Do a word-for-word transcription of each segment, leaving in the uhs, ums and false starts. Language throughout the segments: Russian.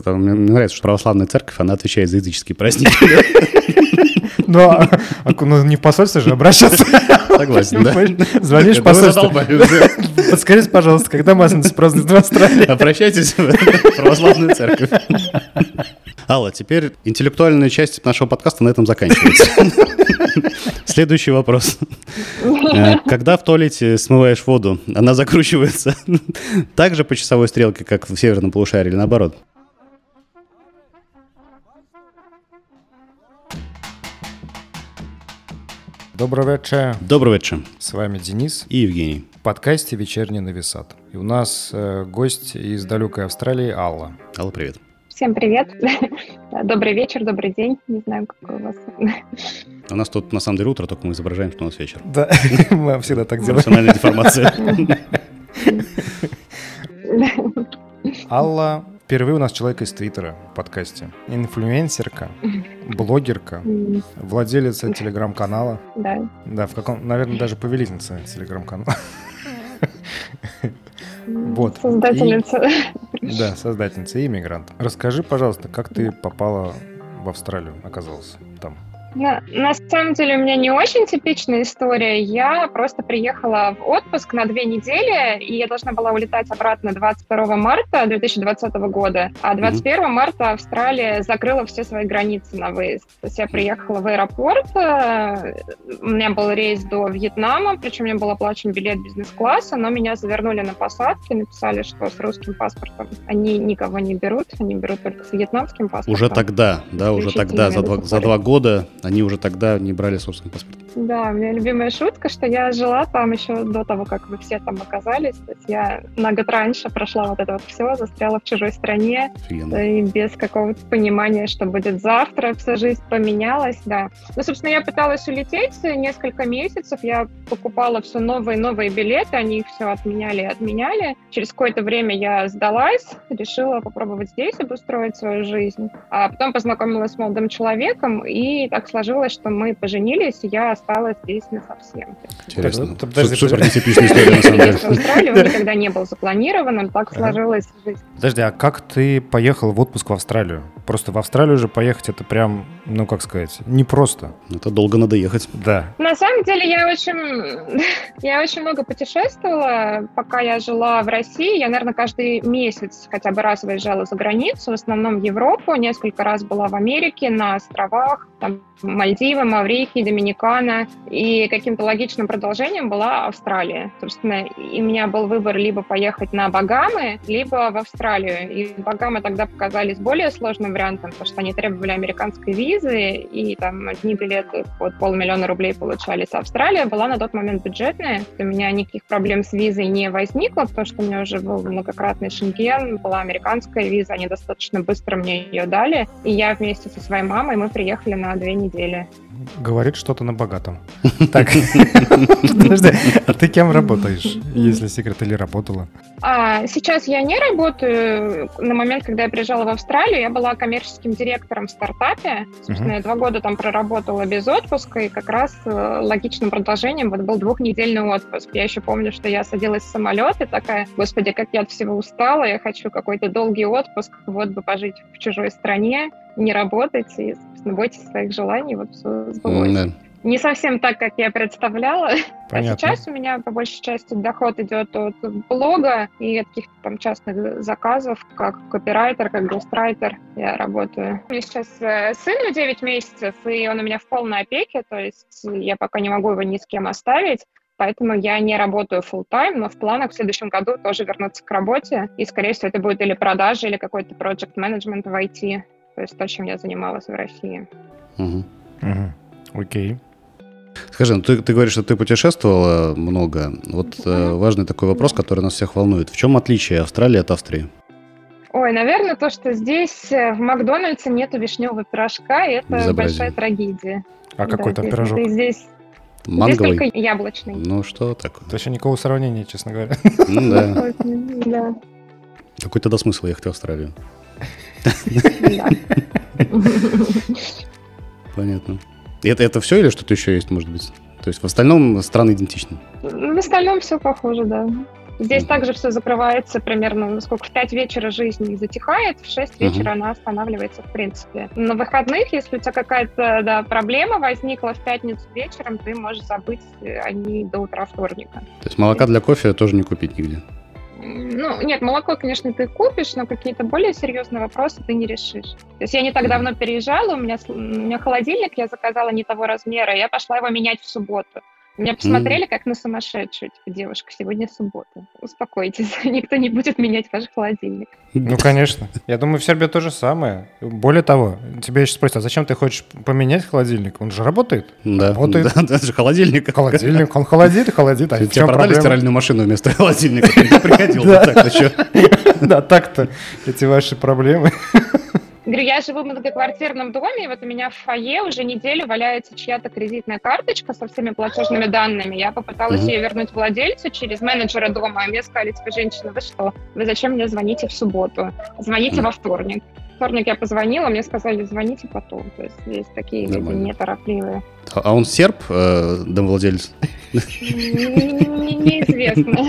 Мне нравится, что православная церковь, она отвечает за языческие праздники. Ну, не в посольство же обращаться. Согласен, да? Звонишь в посольство. Подскажите, пожалуйста, когда Масленица празднуют в Австралии? Обращайтесь в православную церковь. Алла, теперь интеллектуальная часть нашего подкаста на этом заканчивается. Следующий вопрос. Когда в туалете смываешь воду, она закручивается так же по часовой стрелке, как в северном полушарии, или наоборот? Добрый вечер. Добрый вечер. С вами Денис и Евгений. В подкасте «Вечерний Нови Сад». И у нас э, гость из далекой Австралии Алла. Алла, привет. Всем привет. Добрый вечер, добрый день. Не знаю, какой у вас. У нас тут на самом деле утро, только мы изображаем, что у нас вечер. Да, мы всегда так делаем. Профессиональная деформация. Алла впервые у нас человек из Твиттера в подкасте. Инфлюенсерка, блогерка, владелица телеграм-канала. Да. Да, в каком, наверное, даже повелительница телеграм-канала. Вот. Создательница. И, да, создательница и иммигрант. Расскажи, пожалуйста, как ты попала в Австралию, оказалась там? На, на самом деле у меня не очень типичная история. Я просто приехала в отпуск на две недели, и я должна была улетать обратно двадцать второго марта две тысячи двадцатого года. А двадцать первого марта Австралия закрыла все свои границы на выезд. То есть я приехала в аэропорт, у меня был рейс до Вьетнама, причем мне был оплачен билет бизнес-класса, но меня завернули на посадке, написали, что с русским паспортом они никого не берут, они берут только с вьетнамским паспортом. Уже тогда, да, уже тогда, за два, за два года они уже тогда не брали собственный паспорт. Да, у меня любимая шутка, что я жила там еще до того, как вы все там оказались. То есть я на год раньше прошла вот это вот все, застряла в чужой стране. Офигенно. И без какого-то понимания, что будет завтра, вся жизнь поменялась, да. Ну, собственно, я пыталась улететь несколько месяцев, я покупала все новые и новые билеты, они их все отменяли и отменяли. Через какое-то время я сдалась, решила попробовать здесь обустроить свою жизнь. А потом познакомилась с молодым человеком, и так сложилось, что мы поженились, и я осталась здесь насовсем. Интересно. Супер нетипичная история, на самом деле. В Австралию никогда не был запланирован, так сложилась жизнь. Подожди, а как ты поехал в отпуск в Австралию? Просто в Австралию же поехать это прям, ну как сказать, непросто. Это долго надо ехать. Да. На самом деле я очень, я очень много путешествовала, пока я жила в России. Я, наверное, каждый месяц хотя бы раз выезжала за границу, в основном в Европу. Несколько раз была в Америке, на островах, там Мальдивы, Маврикий, Доминикана. И каким-то логичным продолжением была Австралия. Собственно, и у меня был выбор либо поехать на Багамы, либо в Австралию. И Багамы тогда показались более сложным вариантом, потому что они требовали американской визы, и там одни билеты под полмиллиона рублей получались. А Австралия была на тот момент бюджетная. У меня никаких проблем с визой не возникло, потому что у меня уже был многократный Шенген, была американская виза, они достаточно быстро мне ее дали. И я вместе со своей мамой, мы приехали на две недели. Говорит что-то на богатом. Так, подожди, а ты кем работаешь, если секрет, или работала? А, сейчас я не работаю. На момент, когда я приезжала в Австралию, я была коммерческим директором в стартапе. Собственно, я два года там проработала без отпуска, и как раз логичным продолжением вот был двухнедельный отпуск. Я еще помню, что я садилась в самолет и такая: господи, как я от всего устала, я хочу какой-то долгий отпуск, вот бы пожить в чужой стране, не работать и, собственно, бойтесь своих желаний, вот все сбылось. Mm-hmm. Не совсем так, как я представляла. Понятно. А сейчас у меня по большей части доход идет от блога и от каких-то там частных заказов, как копирайтер, как гострайтер я работаю. У меня сейчас сыну девять месяцев, и он у меня в полной опеке, то есть я пока не могу его ни с кем оставить. Поэтому я не работаю full-time, но в планах в следующем году тоже вернуться к работе. И, скорее всего, это будет или продажи, или какой-то project management в ай ти. То есть то, чем я занималась в России. Угу. Угу. Окей. Скажи, ну ты, ты говоришь, что ты путешествовала много. Вот mm-hmm. э, важный такой вопрос, который нас всех волнует. В чем отличие Австралии от Австрии? Ой, наверное, то, что здесь в Макдональдсе нету вишневого пирожка, и это большая трагедия. А да, какой там здесь, пирожок? Здесь, манговый? Здесь только яблочный. Ну, что такое? То есть никакого сравнения, честно говоря. Ну, да. Да. Какой тогда смысл ехать в Австралию? Да. Понятно. И это, это все или что-то еще есть, может быть? То есть в остальном страны идентичны? В остальном все похоже, да. Здесь Мгм. также все закрывается примерно, ну, сколько, в пять вечера жизнь затихает, в шесть Мгм. вечера она останавливается в принципе. На выходных, если у тебя какая-то, да, проблема возникла в пятницу вечером, ты можешь забыть о ней до утра вторника. То есть молока для кофе тоже не купить нигде? Ну, нет, молоко, конечно, ты купишь, но какие-то более серьезные вопросы ты не решишь. То есть я не так давно переезжала, у меня, с- у меня холодильник, я заказала не того размера, я пошла его менять в субботу. Меня посмотрели как на сумасшедшую. Типа, девушка, сегодня суббота. Успокойтесь, никто не будет менять ваш холодильник. Ну, конечно. Я думаю, в Сербии то же самое. Более того, тебя еще спросят, а зачем ты хочешь поменять холодильник? Он же работает. Да, Работает. да, да, это же холодильник. Холодильник, он холодит, холодит. А в Тебе чем продали проблема? стиральную машину вместо холодильника, ты приходил вот так, ну что? Да, так-то эти ваши проблемы. Говорю, я живу в многоквартирном доме, и вот у меня в фойе уже неделю валяется чья-то кредитная карточка со всеми платежными данными. Я попыталась Мгм. ее вернуть владельцу через менеджера дома, а мне сказали, типа, женщина, вы что, вы зачем мне звоните в субботу? Звоните Мгм. во вторник. В вторник я позвонила, мне сказали, звоните потом. То есть здесь такие люди Нормально. неторопливые. А а он серб, э, домовладелец? Н- Неизвестно.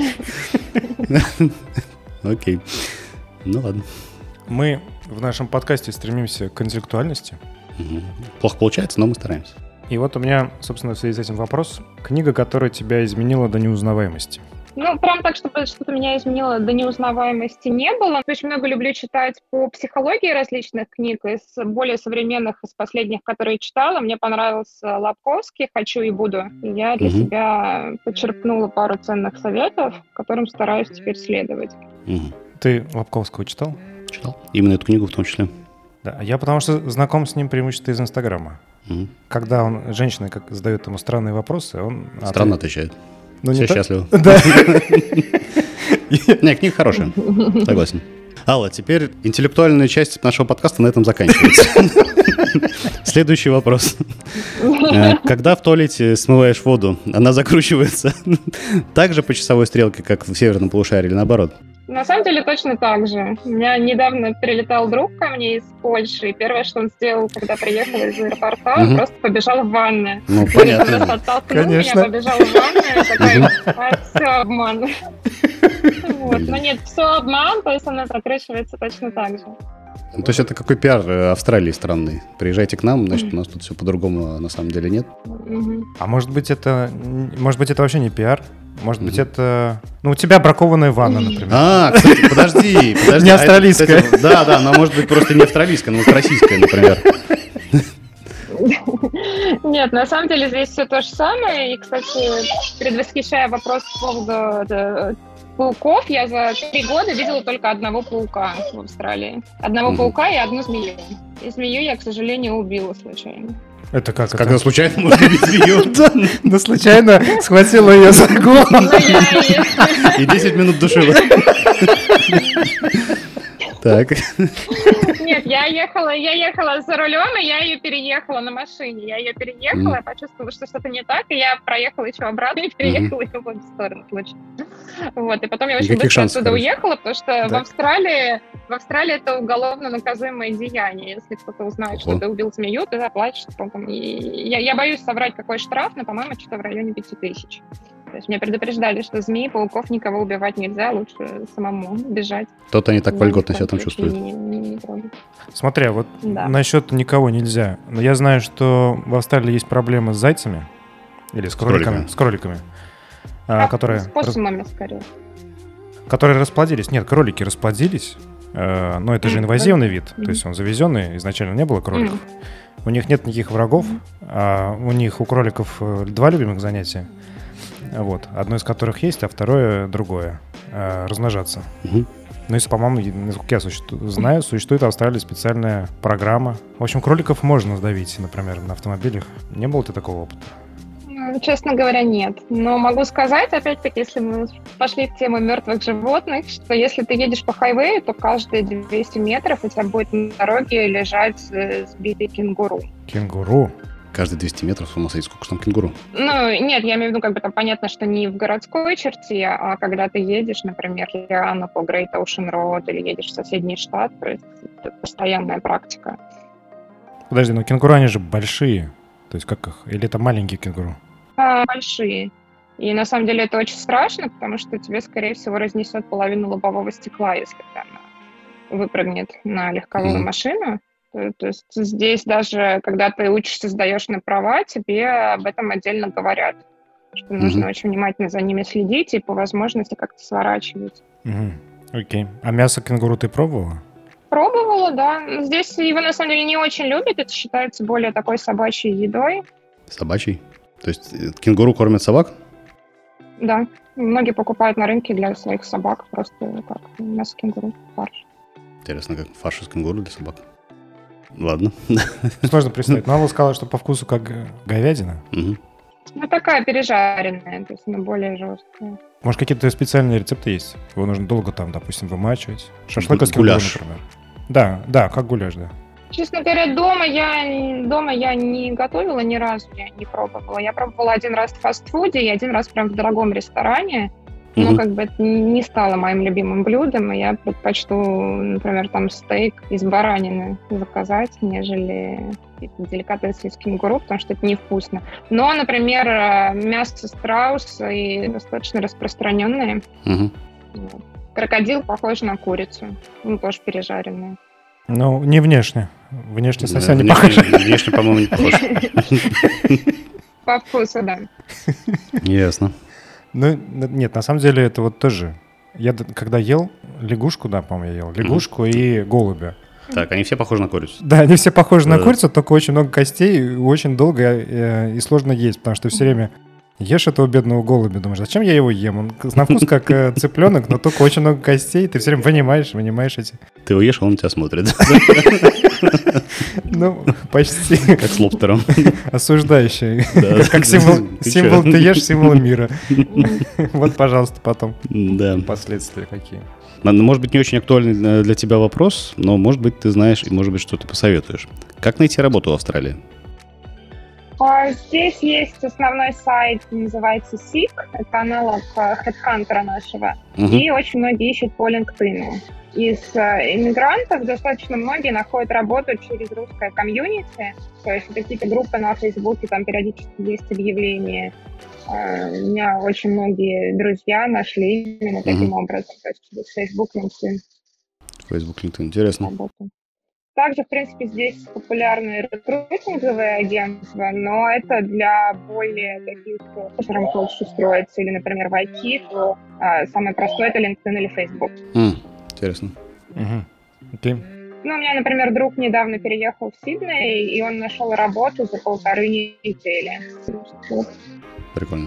Окей. Ну ладно. Мы в нашем подкасте стремимся к интеллектуальности. Мгм. Плохо получается, но мы стараемся. И вот у меня, собственно, в связи с этим вопрос. Книга, которая тебя изменила до неузнаваемости. Ну, прям так, чтобы что-то меня изменило до неузнаваемости, не было. Очень много люблю читать по психологии различных книг, из более современных, из последних, которые читала. Мне понравился Лабковский «Хочу и буду». И я для Мгм. себя почерпнула пару ценных советов, которым стараюсь теперь следовать. Мгм. Ты Лобковского читал? Читал? Именно эту книгу в том числе. Да, я потому что знаком с ним преимущественно из Инстаграма. Мгм. Когда он, женщина как задает ему странные вопросы, он... Странно ответ- отвечает. Ну, Все не так- счастливы. Да. Не, книга хорошая. Согласен. Алла, теперь интеллектуальная часть нашего подкаста на этом заканчивается. Следующий вопрос. Э, Когда в туалете смываешь воду, она закручивается так же по часовой стрелке, как в северном полушарии, или наоборот? На самом деле точно так же. У меня недавно прилетал друг ко мне из Польши, и первое, что он сделал, когда приехал из аэропорта, он Мгм. просто побежал в ванную. Ну, Он просто понятно. оттолкнул Конечно. меня, побежал в ванную, такой, а, все, обман. Вот. Но нет, все обман, то есть она закручивается точно так же. Ну, то есть это какой пиар э, Австралии странный. Приезжайте к нам, значит, у нас тут все по-другому, а на самом деле нет. Мгм. А может быть, это... Может быть, это вообще не пиар? Может быть, Мгм. это... Ну, у тебя бракованная ванна, например. А, кстати, подожди, подожди. Не а это, австралийская. кстати, Да, да, она может быть просто не австралийская, но вот российская, например. Нет, на самом деле здесь все то же самое. И, кстати, предвосхищая вопрос по поводу э, пауков, я за три года видела только одного паука в Австралии. Одного Мгм. паука и одну змею. И змею я, к сожалению, убила случайно. Это как? Когда это? случайно можно убить змею Да, случайно схватила ее за голову. Но я ее- и десять минут душила. Так. Нет, я ехала, я ехала за рулем, и я ее переехала на машине. Я ее переехала, Мгм. я почувствовала, что что-то не так, и я проехала еще обратно и переехала ее в обе стороны случайно. Вот, и потом я очень Никаких быстро шансов, оттуда короче. уехала, потому что в Так. Австралии, в Австралии это уголовно наказуемое деяние. Если кто-то узнает, Ого. что ты убил змею, ты заплатишь. Потом. И я, я боюсь соврать, какой штраф, но, по-моему, что-то в районе пяти тысяч. То есть меня предупреждали, что змеи, пауков никого убивать нельзя, лучше самому бежать. То-то они так Меня вольготно ни в себя коем там случае чувствуют. не- не- не трогать. Смотри, а вот Да. насчет никого нельзя. Но я знаю, что в Австралии есть проблемы с зайцами или с кроликами, кроликами. с кроликами, а, А, которые, С посумами, скорее. которые расплодились. Нет, кролики расплодились, э, но это же Мгм. инвазивный вид, Мгм. то есть он завезенный, изначально не было кроликов. У них нет никаких врагов, Мгм. а у них, у кроликов, э, два любимых занятия. Вот. Одно из которых есть, а второе другое. э, размножаться. Мгм. Ну, если, по-моему, е- насколько я существу- знаю, существует в Австралии специальная программа. В общем, кроликов можно сдавить, например, на автомобилях. Не было ты такого опыта? Ну, честно говоря, нет. Но могу сказать, опять-таки, если мы пошли в тему мертвых животных, что если ты едешь по хайвею, то каждые двести метров у тебя будет на дороге лежать э, сбитый кенгуру. Кенгуру. Каждые двести метров с ума сойти, сколько же там кенгуру. Ну, нет, я имею в виду, как бы там понятно, что не в городской черте, а когда ты едешь, например, реально по Great Ocean Road или едешь в соседний штат, то есть это постоянная практика. Подожди, но кенгуру, они же большие. То есть как их? Или это маленькие кенгуру? А, большие. И на самом деле это очень страшно, потому что тебе, скорее всего, разнесет половину лобового стекла, если она выпрыгнет на легковую mm-hmm. машину. То, то есть здесь даже, когда ты учишься, сдаешь на права, тебе об этом отдельно говорят, что нужно mm-hmm. очень внимательно за ними следить и по возможности как-то сворачивать. Mm-hmm. Окей. А мясо кенгуру ты пробовала? Пробовала, да. Здесь его на самом деле не очень любят, это считается более такой собачьей едой. Собачьей? То есть кенгуру кормят собак? Да. Многие покупают на рынке для своих собак просто как мясо кенгуру, фарш. Интересно, как фарш из кенгуру для собак. Ладно. Сложно представить. Но Алла сказала, что по вкусу как говядина. Угу. Ну, такая пережаренная, то есть она более жесткая. Может, какие-то специальные рецепты есть? Его нужно долго там, допустим, вымачивать. Шашлык из кенгуру, например. Да, да, как гуляш, да. Честно говоря, дома я, дома я не готовила ни разу, я не пробовала. Я пробовала один раз в фастфуде и один раз прям в дорогом ресторане. Но mm-hmm. как бы это не стало моим любимым блюдом, и я предпочту, например, там стейк из баранины заказать, нежели деликатесы из кенгуру, потому что это невкусно. Но, например, мясо страуса и достаточно распространенное. Mm-hmm. Крокодил похож на курицу, он тоже пережаренный. Ну, не внешне. Внешне совсем да, не похож. Внешне, по-моему, не похож. По вкусу, да. Ясно. Ну, нет, на самом деле это вот тоже... Я когда ел лягушку, да, по-моему, я ел лягушку mm-hmm. и голубя. Так, они все похожи на курицу. Да, они все похожи да. на курицу, только очень много костей, очень долго э, и сложно есть, потому что все время ешь этого бедного голубя, думаешь, зачем я его ем? Он на вкус как э, цыпленок, но только очень много костей, ты все время вынимаешь, вынимаешь эти. Ты его ешь, а он на тебя смотрит. Ну, почти. Как с лобстером. Осуждающий. Как символ, ты ешь символ мира. Вот, пожалуйста, потом. Да. Последствия какие. Может быть, не очень актуальный для тебя вопрос, но, может быть, ты знаешь и, может быть, что-то посоветуешь. Как найти работу в Австралии? Здесь есть основной сайт, называется Seek, это аналог HeadHunter нашего, uh-huh. и очень многие ищут по LinkedIn. Из иммигрантов достаточно многие находят работу через русское комьюнити, то есть какие-то группы на Фейсбуке, там периодически есть объявления. У меня очень многие друзья нашли именно uh-huh. таким образом, то есть через Facebook, LinkedIn. Facebook, LinkedIn, интересно. Работу. Также, в принципе, здесь популярны рекрутинговые агентства, но это для более таких, которым хочешь устроиться, или, например, в ай ти, то а, самое простое — это LinkedIn или Facebook. Mm, интересно. Uh-huh. Okay. Ну, у меня, например, друг недавно переехал в Сидней, и он нашел работу за полторы недели. Прикольно.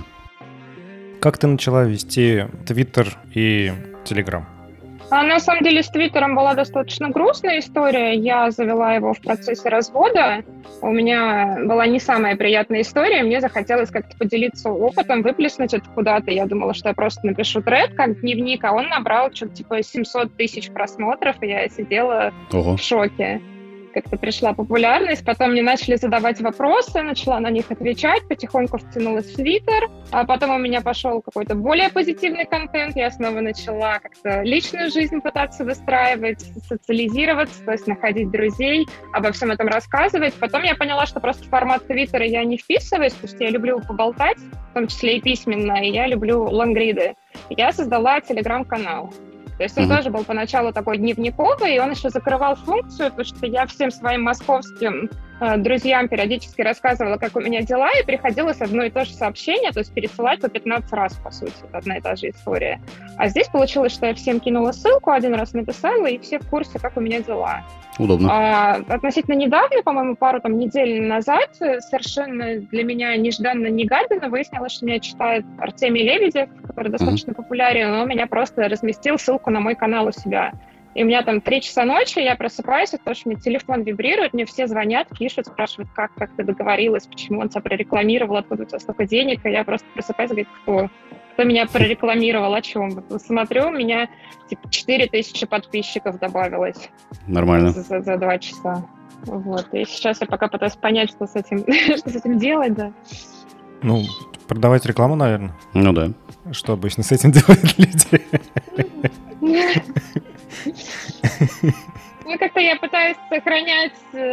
Как ты начала вести Twitter и Telegram? А на самом деле с Твиттером была достаточно грустная история. Я завела его в процессе развода. У меня была не самая приятная история. Мне захотелось как-то поделиться опытом, выплеснуть это куда-то. Я думала, что я просто напишу тред как дневник, а он набрал что-то типа семьсот тысяч просмотров, и я сидела Ого. в шоке. Как-то пришла популярность, потом мне начали задавать вопросы, начала на них отвечать, потихоньку втянулась в Твиттер, а потом у меня пошел какой-то более позитивный контент, я снова начала как-то личную жизнь пытаться выстраивать, социализироваться, то есть находить друзей, обо всем этом рассказывать. Потом я поняла, что просто в формат Твиттера я не вписываюсь, потому что я люблю поболтать, в том числе и письменно, и я люблю лонгриды. Я создала телеграм-канал. То есть он mm-hmm. тоже был поначалу такой дневниковый, и он еще закрывал функцию, потому что я всем своим московским э, друзьям периодически рассказывала, как у меня дела, и приходилось одно и то же сообщение, то есть пересылать по пятнадцать раз, по сути, это одна и та же история. А здесь получилось, что я всем кинула ссылку, один раз написала, и все в курсе, как у меня дела. Удобно. А, относительно недавно, по-моему, пару там недель назад, совершенно для меня нежданно-негаданно выяснилось, что меня читает Артемий Лебедев, который достаточно uh-huh. популярен, он меня просто разместил ссылку на мой канал у себя. И у меня там три часа ночи, я просыпаюсь, потому что у меня телефон вибрирует, мне все звонят, пишут, спрашивают, как, как ты договорилась, почему он тебя прорекламировал, откуда у тебя столько денег, и я просто просыпаюсь и говорю, кто? Кто меня прорекламировал, о чем? Смотрю, у меня типа четыре тысячи подписчиков добавилось. Нормально. За, за два часа. Вот. И сейчас я пока пытаюсь понять, что с этим, что с этим делать, да. Ну, продавать рекламу, наверное. Ну да. Что обычно с этим делают люди? Ну, как как-то я пытаюсь сохранять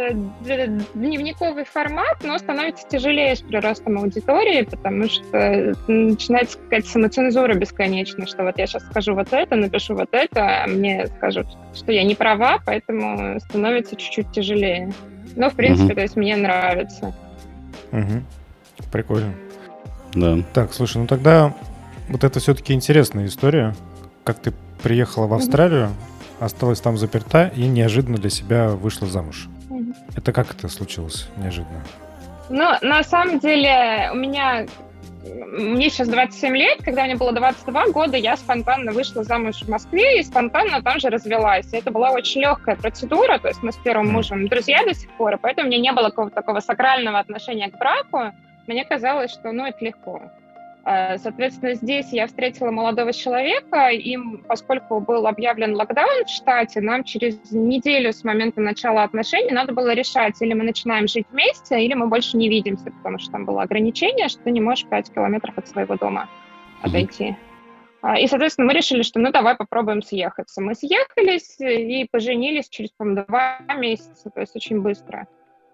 дневниковый формат, но становится тяжелее с приростом аудитории, потому что начинается какая-то самоцензура бесконечная, что вот я сейчас скажу вот это, напишу вот это, а мне скажут, что я не права, поэтому становится чуть-чуть тяжелее. Но, в принципе, угу. то есть мне нравится. Угу. Прикольно. Да. Так, слушай, ну тогда вот это все-таки интересная история. Как ты приехала в Австралию, угу. осталась там заперта и неожиданно для себя вышла замуж. Угу. Это как это случилось неожиданно? Ну, на самом деле, у меня... Мне сейчас двадцать семь лет, когда мне было двадцать два года, я спонтанно вышла замуж в Москве и спонтанно там же развелась. И это была очень легкая процедура, то есть мы с первым мужем друзья до сих пор, и поэтому у меня не было какого-то такого сакрального отношения к браку. Мне казалось, что ну, это легко. Соответственно, здесь я встретила молодого человека, и поскольку был объявлен локдаун в штате, нам через неделю с момента начала отношений надо было решать, или мы начинаем жить вместе, или мы больше не видимся, потому что там было ограничение, что ты не можешь пять километров от своего дома отойти. И, соответственно, мы решили, что ну давай попробуем съехаться. Мы съехались и поженились через, по-моему, два месяца, то есть очень быстро.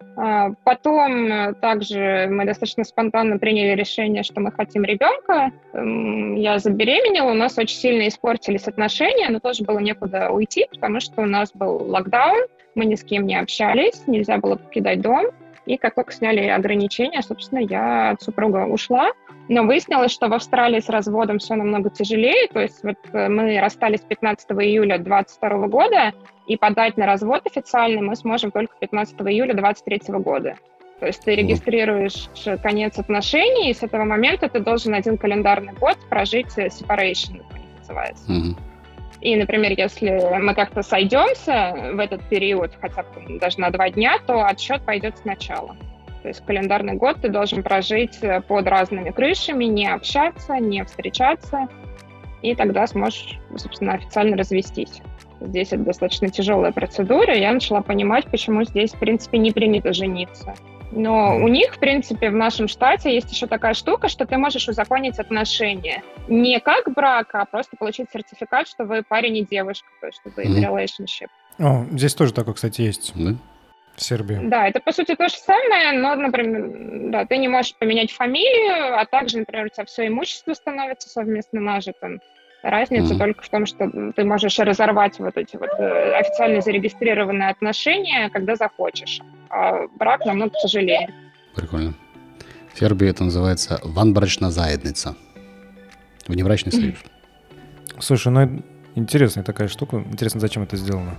Потом также мы достаточно спонтанно приняли решение, что мы хотим ребенка. Я забеременела, у нас очень сильно испортились отношения, но тоже было некуда уйти, потому что у нас был локдаун, мы ни с кем не общались, нельзя было покидать дом. И как только сняли ограничения, собственно, я от супруга ушла. Но выяснилось, что в Австралии с разводом все намного тяжелее. То есть вот мы расстались пятнадцатого июля двадцать второго года, и подать на развод официально мы сможем только пятнадцатого июля двадцать третьего года. То есть ты регистрируешь конец отношений, и с этого момента ты должен один календарный год прожить separation, как это называется. Mm-hmm. И, например, если мы как-то сойдемся в этот период, хотя бы даже на два дня, то отсчет пойдет сначала. То есть календарный год ты должен прожить под разными крышами, не общаться, не встречаться, и тогда сможешь, собственно, официально развестись. Здесь это достаточно тяжелая процедура, и я начала понимать, почему здесь, в принципе, не принято жениться. Но у них, в принципе, в нашем штате есть еще такая штука, что ты можешь узаконить отношения. Не как брак, а просто получить сертификат, что вы парень и девушка, то есть что вы in relationship. О, здесь тоже такое, кстати, есть. Да? В Сербии. Да, это, по сути, то же самое, но, например, да, ты не можешь поменять фамилию, а также, например, у тебя все имущество становится совместно нажитым. Разница mm-hmm. только в том, что ты можешь разорвать вот эти вот официально зарегистрированные отношения, когда захочешь. А брак намного тяжелее. Прикольно. В Сербии это называется ванбрачна заедница. Внебрачный союз. Слушай, ну интересная такая штука. Интересно, зачем это сделано?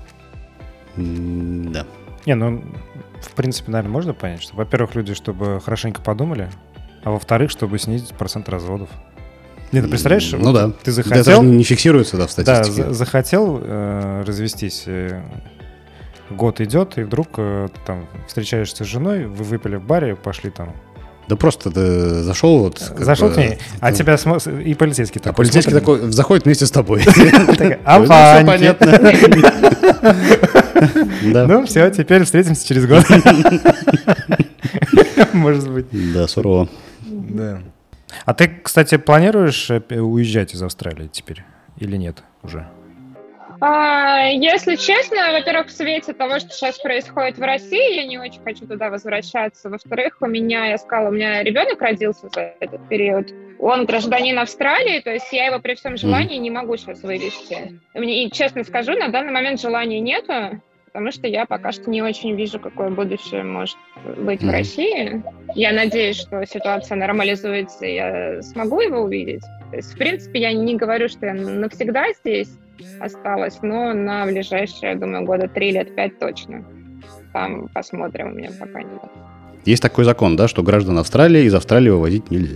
Mm, да. Не, ну, в принципе, наверное, можно понять, что, во-первых, люди, чтобы хорошенько подумали, а во-вторых, чтобы снизить процент разводов. Нет, ты представляешь, ну, вот да. ты захотел... Это же не фиксируется, да, в статистике. Да, захотел э, развестись, э, год идет, и вдруг э, там встречаешься с женой, вы выпили в баре, пошли там... Да просто ты зашел вот... Зашел бы, к ней, а тебя см... и полицейский такой... А полицейский такой заходит вместе с тобой. А, понятно. Ну все, теперь встретимся через год. Может быть. Да, сурово. Да. А ты, кстати, планируешь уезжать из Австралии теперь или нет уже? А, если честно, во-первых, в свете того, что сейчас происходит в России, я не очень хочу туда возвращаться. Во-вторых, у меня, я сказала, у меня ребенок родился за этот период. Он гражданин Австралии, то есть я его при всем желании не могу сейчас вывести. И, честно скажу, на данный момент желания нету, потому что я пока что не очень вижу, какое будущее может быть mm-hmm. в России. Я надеюсь, что ситуация нормализуется, и я смогу его увидеть. То есть, в принципе, я не говорю, что я навсегда здесь осталась, но на ближайшие, я думаю, года три лет пять точно. Там посмотрим, у меня пока нет. Есть такой закон, да, что граждан Австралии из Австралии вывозить нельзя?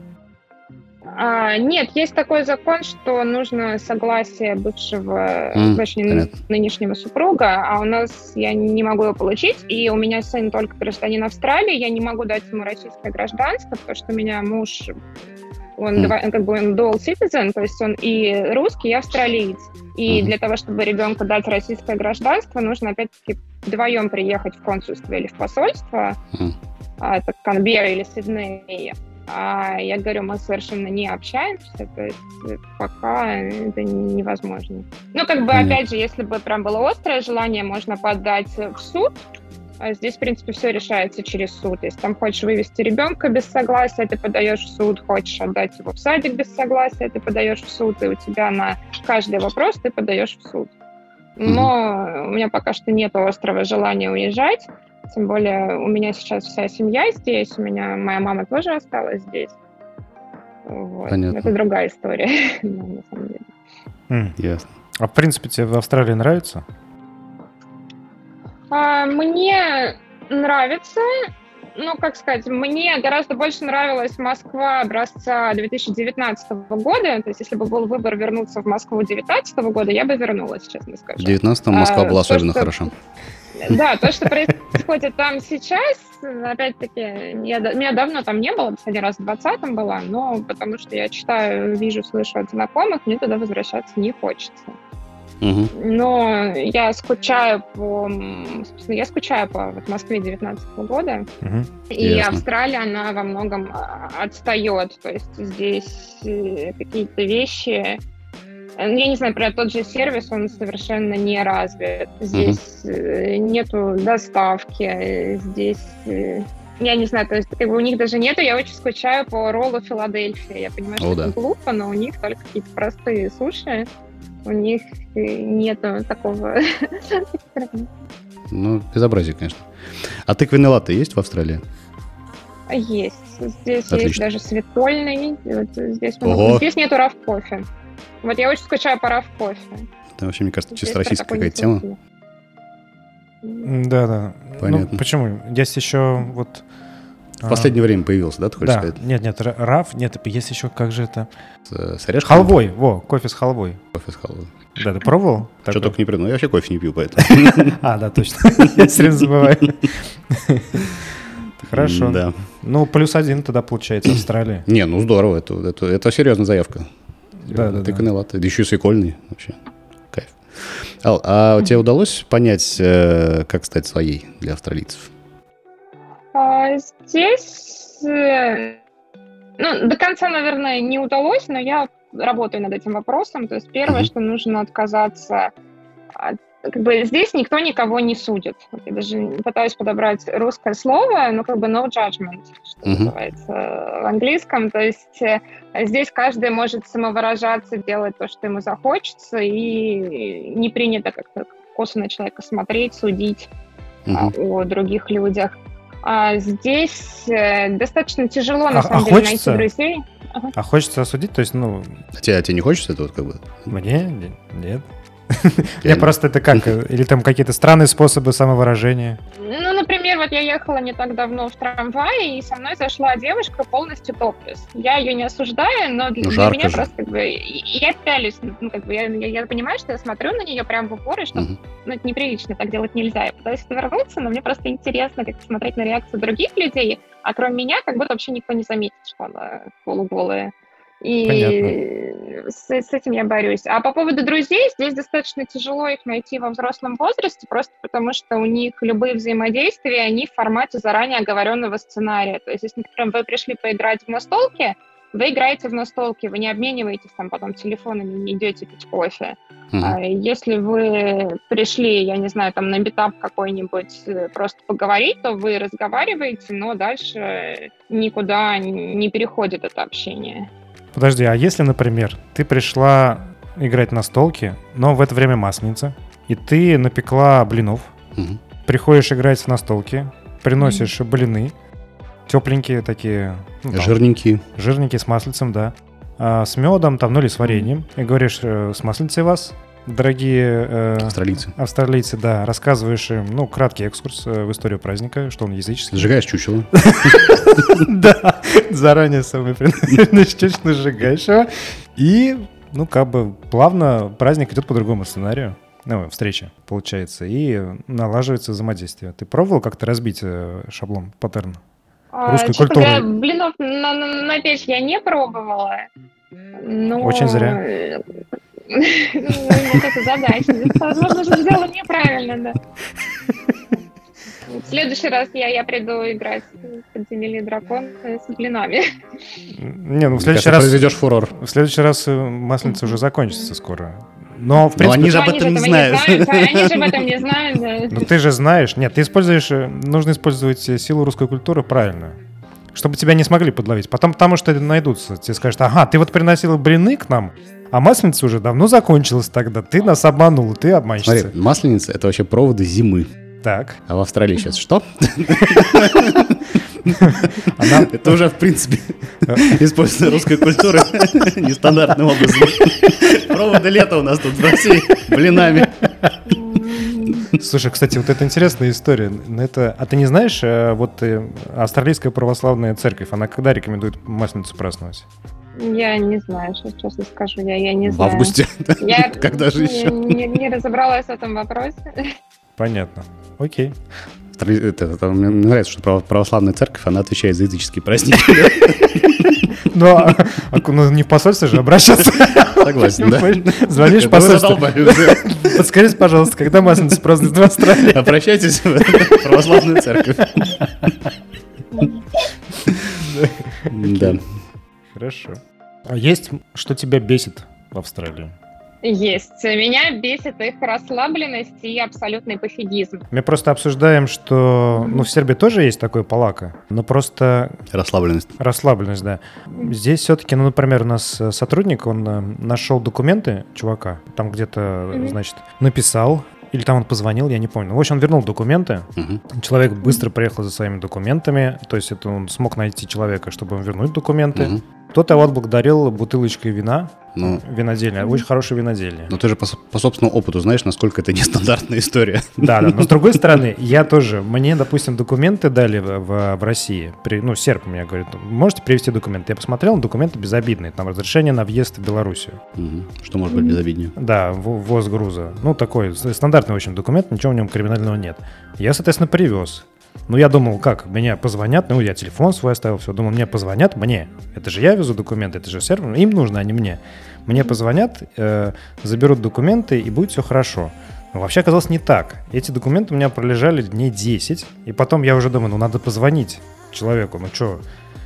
А, нет, есть такой закон, что нужно согласие бывшего, mm, точнее, нынешнего супруга, а у нас я не могу его получить, и у меня сын только гражданин Австралии, я не могу дать ему российское гражданство, потому что у меня муж, он, mm. как бы он dual citizen, то есть он и русский, и австралиец. И mm-hmm. для того, чтобы ребенку дать российское гражданство, нужно опять-таки вдвоем приехать в консульство или в посольство, mm. а, это Канберра или Сидней, А я говорю, мы совершенно не общаемся, то есть пока это невозможно. Ну, как бы, Понятно. опять же, если бы прям было острое желание, можно подать в суд. А здесь, в принципе, все решается через суд. Если там хочешь вывести ребенка без согласия, ты подаешь в суд, хочешь отдать его в садик без согласия, ты подаешь в суд, и у тебя на каждый вопрос ты подаешь в суд. Но mm-hmm. у меня пока что нет острого желания уезжать, тем более у меня сейчас вся семья здесь, у меня моя мама тоже осталась здесь. Вот. Понятно. Это другая история, на самом деле. Mm. Ясно. А в принципе тебе в Австралии нравится? А, мне нравится, ну, как сказать, мне гораздо больше нравилась Москва образца две тысячи девятнадцатого года, то есть если бы был выбор вернуться в Москву две тысячи девятнадцатого года, я бы вернулась, честно скажу. В девятнадцатом Москва а, была то, особенно что... хорошо. Да, то, что происходит там сейчас, опять-таки, я, меня давно там не было, последний раз в двадцатом была, но потому что я читаю, вижу, слышу от знакомых, мне туда возвращаться не хочется. Угу. Но я скучаю по, собственно, я скучаю по вот, Москве девятнадцатого года, угу. И Ясно. Австралия, она во многом отстает, то есть здесь какие-то вещи, я не знаю, например, тот же сервис, он совершенно не развит, здесь угу. нету доставки, здесь... Я не знаю, то есть как бы у них даже нету, я очень скучаю по роллу Филадельфия, я понимаю, что О, это да. глупо, но у них только какие-то простые суши. У них нету такого... Ну, безобразие, конечно. А тыквенный латте есть в Австралии? Есть. Здесь Отлично. Есть даже свекольный. Вот здесь, много... здесь нету раф-кофе. Вот я очень скучаю по раф-кофе. Это вообще, мне кажется, Здесь чисто российская какая-то тема. Да-да. Понятно. Ну, почему? Есть еще вот... В последнее а... время появился, да, ты хочешь да. сказать? Нет, нет, раф, нет, есть еще, как же это? С, с орешками? Халвой, во, кофе с халвой. Кофе с халвой. Да, ты пробовал? Что только не придумал, я вообще кофе не пью, поэтому. А, да, точно, я все время забываю. Хорошо. Да. Ну, плюс один тогда получается Австралия. Не, ну здорово, это, это, это серьезная заявка. Да, да, тыквенный латте, да еще и свекольный вообще. Кайф. Ал, а тебе удалось понять, как стать своей для австралийцев? А, здесь, ну, до конца, наверное, не удалось, но я работаю над этим вопросом. То есть первое, mm-hmm. что нужно отказаться от, как бы здесь никто никого не судит. Я даже пытаюсь подобрать русское слово, но как бы no judgment, что mm-hmm. называется в английском. То есть здесь каждый может самовыражаться, делать то, что ему захочется, и не принято как-то косо на человека смотреть, судить mm-hmm. о других людях. А здесь э, достаточно тяжело, на а, самом а деле, хочется? найти друзей. Ага. А хочется осудить? То есть, ну... А тебе, а тебе не хочется этого как бы? Мне? Нет. Я просто это как? Или там какие-то странные способы самовыражения? Ну, например, вот я ехала не так давно в трамвае, и со мной зашла девушка полностью топлес. Я ее не осуждаю, но для, ну, для меня же. просто как бы... Я пялюсь, ну, как бы, я, я, я понимаю, что я смотрю на нее прям в упор, и что угу. ну, это неприлично, так делать нельзя. Я пытаюсь отвернуться, но мне просто интересно как-то смотреть на реакцию других людей, а кроме меня как будто вообще никто не заметит, что она полуголая. И с, с этим я борюсь. А по поводу друзей, здесь достаточно тяжело их найти во взрослом возрасте, просто потому что у них любые взаимодействия, они в формате заранее оговоренного сценария. То есть, если, например, вы пришли поиграть в настолки, вы играете в настолки, вы не обмениваетесь там потом телефонами, не идете пить кофе. Mm-hmm. А если вы пришли, я не знаю, там на битап какой-нибудь просто поговорить, то вы разговариваете, но дальше никуда не переходит это общение. Подожди, а если, например, ты пришла играть на столке, но в это время масленица, и ты напекла блинов, угу. приходишь играть в настолке, приносишь угу. блины, тепленькие такие. Ну, там, жирненькие. Жирненькие с маслицем, да. А, с медом, там, ну или с вареньем. И говоришь, с масленицей вас, дорогие э, австралийцы. Австралийцы, да. Рассказываешь им, ну, краткий экскурс в историю праздника, что он языческий. Сжигаешь чучело. Да, заранее самый чучело сжигаешь его. И, ну, как бы плавно праздник идет по другому сценарию. Ну, встреча, получается. И налаживается взаимодействие. Ты пробовал как-то разбить шаблон, паттерн? Русской а, культуры. Я блинов на, на, на печь я не пробовала. Но... Очень зря. Ну, это задача. Возможно, что сделала неправильно, да. В следующий раз я, я приду играть в «Подземелье дракона» с блинами. Не, ну в Мне следующий кажется, раз... произведешь фурор. В следующий раз э, Масленица уже закончится скоро. Но, в Но принципе... они же Ну, об этом не этого знают. Они же об этом не знают, да. Ну ты же знаешь. Нет, ты используешь... э, Нужно использовать э, силу русской культуры правильно. Чтобы тебя не смогли подловить. Потом потому что найдутся. Тебе скажут, ага, ты вот приносила блины к нам, а Масленица уже давно закончилась тогда. Ты нас обманул, ты обманщица. Смотри, масленица — это вообще проводы зимы. Так. А в Австралии сейчас что? Она... Это уже, в принципе, использование русской культуры нестандартным образом. Проводы лета у нас тут в России блинами. Слушай, кстати, вот это интересная история. Это... А ты не знаешь, э, вот э, австралийская православная церковь, она когда рекомендует Масленицу праздновать? Я не знаю, что честно скажу, я, я не В знаю. августе. Я Когда же не, еще? не, не разобралась в этом вопросе. Понятно. Окей. Это, это, мне нравится, что право- православная церковь, она отвечает за языческие праздники. Ну, а, а, ну, не в посольство же обращаться. Согласен, да? Звонишь в Вы посольство. задолбали уже. Подскажите, пожалуйста, когда Масленица празднует в Австралии? Обращайтесь в православную церковь. Да. Хорошо. А есть, что тебя бесит в Австралии? Есть. Меня бесит их расслабленность и абсолютный пофигизм. Мы просто обсуждаем, что ну, в Сербии тоже есть такое полака, но просто Расслабленность. расслабленность, да. Здесь все-таки, ну, например, у нас э, сотрудник, он э, нашел документы чувака, там где-то, Мгм. значит, написал, или там он позвонил, я не помню. В общем, он вернул документы, Мгм. человек быстро приехал за своими документами, то есть это он смог найти человека, чтобы ему вернуть документы. Мгм. Кто-то его отблагодарил бутылочкой вина, Ну, винодельня, очень хорошее винодельня. но ты же по, с- по собственному опыту знаешь, насколько это нестандартная история. Да, да, но с другой стороны, я тоже, мне, допустим, документы дали в, в- в России, при, ну, серб мне говорит, можете привезти документы. Я посмотрел, документы безобидные, там разрешение на въезд в Белоруссию. Мгм. Что может быть безобиднее? Да, в- ввоз груза. Ну, такой с- стандартный, в общем, документ, ничего в нем криминального нет. Я, соответственно, привез. Ну, я думал, как, меня позвонят, ну, я телефон свой оставил, все, думал, мне позвонят, мне. Это же я везу документы, это же сервер, им нужно, а не мне. Мне позвонят, э, заберут документы, и будет все хорошо. Но вообще оказалось не так. Эти документы у меня пролежали дней десять, и потом я уже думаю, ну, надо позвонить человеку, ну, что,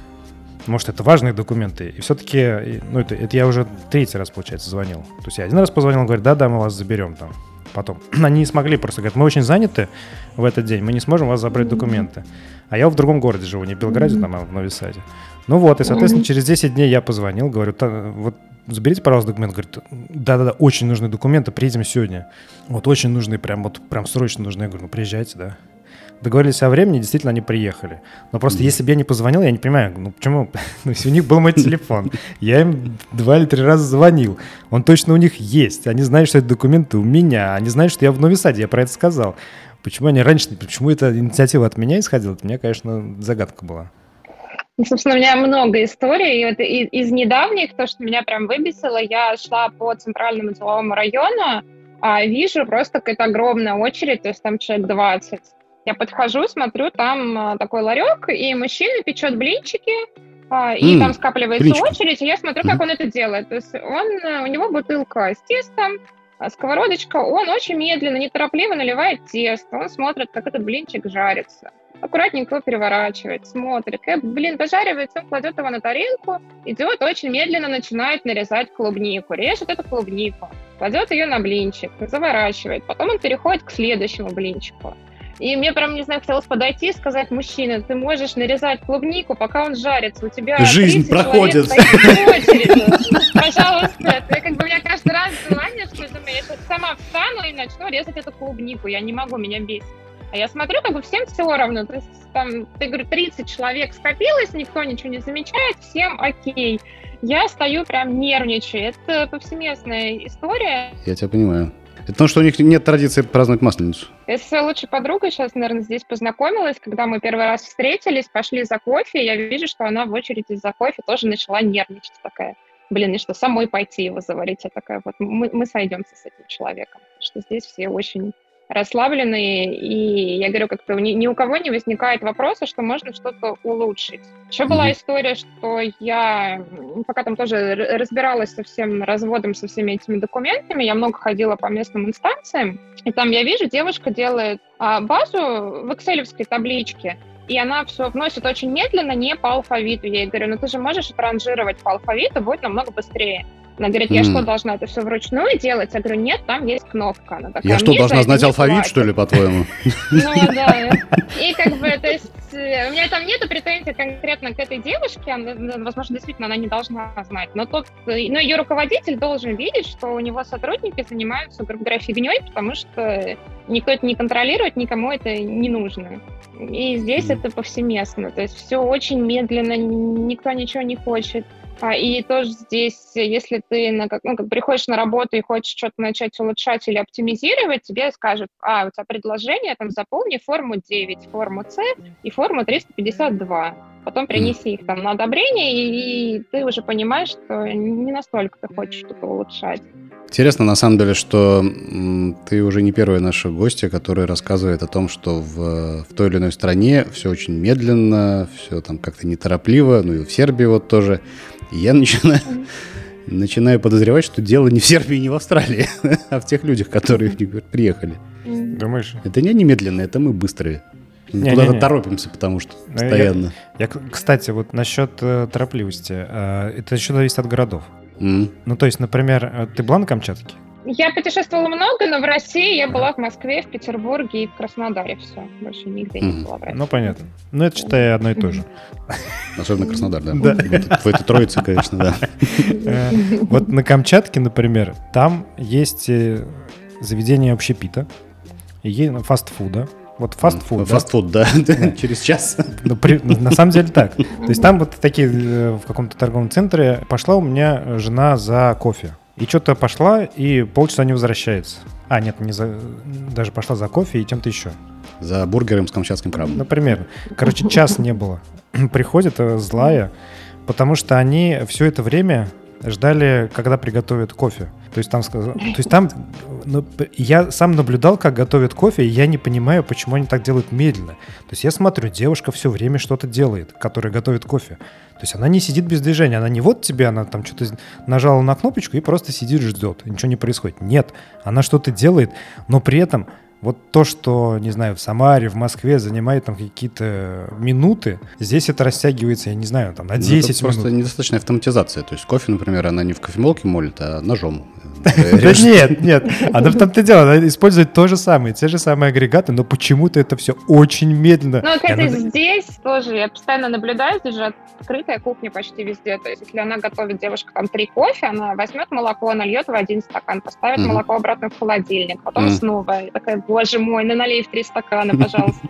может, это важные документы. И все-таки, ну, это, это я уже третий раз, получается, звонил. То есть я один раз позвонил, он говорит, да-да, мы вас заберем там. Потом. Они не смогли, просто говорят, мы очень заняты в этот день, мы не сможем у вас забрать документы. А я в другом городе живу, не в Белграде, там, а в Нови Саде. Ну вот, и, соответственно, через десять дней я позвонил, говорю, «Та- вот заберите, пожалуйста, документы. Говорит, да-да-да, очень нужны документы, приедем сегодня. Вот очень нужны, прям вот прям срочно нужны. Я говорю, ну приезжайте, да. Договорились о времени, действительно, они приехали. Но просто если бы я не позвонил, я не понимаю, ну почему? Ну, если у них был мой телефон, я им два или три раза звонил. Он точно у них есть. Они знают, что эти документы у меня. Они знают, что я в Нови Саде, я про это сказал. Почему они раньше, почему эта инициатива от меня исходила, это у меня, конечно, загадка была. Ну, собственно, у меня много историй. И вот и- из недавних, то, что меня прям выбесило, я шла по центральному деловому району, а вижу просто какая-то огромная очередь, то есть там человек двадцать. Я подхожу, смотрю, там а, такой ларек, и мужчина печет блинчики, а, и М, там скапливается блинчики. очередь, и я смотрю, как он это делает. То есть он, а, у него бутылка с тестом, а, сковородочка, он очень медленно, неторопливо наливает тесто, он смотрит, как этот блинчик жарится. Аккуратненько его переворачивает, смотрит. Как блин дожаривается, он кладет его на тарелку, идет очень медленно, начинает нарезать клубнику, режет эту клубнику, кладет ее на блинчик, заворачивает. Потом он переходит к следующему блинчику. И мне прям, не знаю, хотелось подойти и сказать, мужчина, ты можешь нарезать клубнику, пока он жарится, у тебя Жизнь тридцать проходит. человек стоит в очереди. Пожалуйста, это как бы у меня каждый раз желание, что я думаю, я сейчас сама встану и начну резать эту клубнику, я не могу, меня бесит. А я смотрю, как бы всем все равно. То есть там, ты говорю, тридцать человек скопилось, никто ничего не замечает, всем окей. Я стою прям нервничаю. Это повсеместная история. Я тебя понимаю. Это потому, что у них нет традиции праздновать Масленицу. Я со своей лучшей подругой сейчас, наверное, здесь познакомилась. Когда мы первый раз встретились, пошли за кофе, я вижу, что она в очереди за кофе тоже начала нервничать такая. Блин, и что, самой пойти его заварить? Я такая, вот мы, мы сойдемся с этим человеком. Потому что здесь все очень расслабленные, и я говорю, как-то ни, ни у кого не возникает вопроса, что можно что-то улучшить. Еще была Мгм. история, что я, м, пока там тоже р- разбиралась со всем разводом, со всеми этими документами, я много ходила по местным инстанциям, и там я вижу, девушка делает а, базу в экселевской табличке, и она все вносит очень медленно, не по алфавиту. Я ей говорю, ну ты же можешь ранжировать по алфавиту, будет намного быстрее. Она говорит, я mm. что, должна это все вручную делать? Я говорю, нет, там есть кнопка. Она такая, я что, должна знать алфавит, платит. Что ли, по-твоему? Ну, да. И как бы, то есть, у меня там нету претензий конкретно к этой девушке, возможно, действительно, она не должна знать, но тот, но ее руководитель должен видеть, что у него сотрудники занимаются, грубо говоря, фигней, потому что никто это не контролирует, никому это не нужно. И здесь mm. это повсеместно, то есть все очень медленно, никто ничего не хочет. И тоже здесь, если ты на, ну, как приходишь на работу и хочешь что-то начать улучшать или оптимизировать, тебе скажут, а, у тебя предложение, там, заполни форму девять, форму С и форму триста пятьдесят два. Потом принеси их там на одобрение, и, и ты уже понимаешь, что не настолько ты хочешь что-то улучшать. Интересно, на самом деле, что м, ты уже не первая наша гостья, которая рассказывает о том, что в, в той или иной стране все очень медленно, все там как-то неторопливо, ну и в Сербии вот тоже. И я начинаю, mm-hmm. начинаю подозревать, что дело не в Сербии, не в Австралии, а в тех людях, которые приехали. Mm-hmm. Думаешь? Это не они медленные, это мы быстрые. Мы не, куда-то не, не. торопимся, потому что постоянно. Я, я, кстати, вот насчет э, торопливости. Э, это еще зависит от городов. Mm. Ну, то есть, например, ты была на Камчатке? Я путешествовала много, но в России я была в Москве, в Петербурге и в Краснодаре. Все, больше нигде mm. не была в России. Ну, понятно. Ну, это, считай, одно и то же. Особенно Краснодар, да? Да. В этой троице, конечно, да. Вот на Камчатке, например, там есть заведение общепита, фастфуда. Вот фастфуд. Фастфуд, да, через час. Ну, при, на самом деле так. То есть там вот такие в каком-то торговом центре пошла у меня жена за кофе. И что-то пошла, и полчаса не возвращается. А, нет, не за, даже пошла за кофе и чем-то еще. За бургером с камчатским крабом. Например. Короче, час не было. Приходит злая, потому что они все это время ждали, когда приготовят кофе. То есть там, то есть там ну, я сам наблюдал, как готовят кофе, и я не понимаю, почему они так делают медленно. То есть я смотрю, девушка все время что-то делает, которая готовит кофе. То есть она не сидит без движения, она не вот тебе, она там что-то нажала на кнопочку и просто сидит, ждет, ничего не происходит. Нет, она что-то делает, но при этом вот то, что, не знаю, в Самаре, в Москве занимает там какие-то минуты, здесь это растягивается, я не знаю, там на десять минут. Это просто недостаточная автоматизация. То есть кофе, например, она не в кофемолке молит, а ножом. Да нет, нет. Она в том-то дело, она использует то же самое, те же самые агрегаты, но почему-то это все очень медленно. Ну, кстати, здесь тоже я постоянно наблюдаю, здесь же открытая кухня почти везде. То есть если она готовит, девушка, там три кофе, она возьмет молоко, нальет в один стакан, поставит молоко обратно в холодильник, потом снова. Такая, боже мой, ну налей в три стакана, пожалуйста.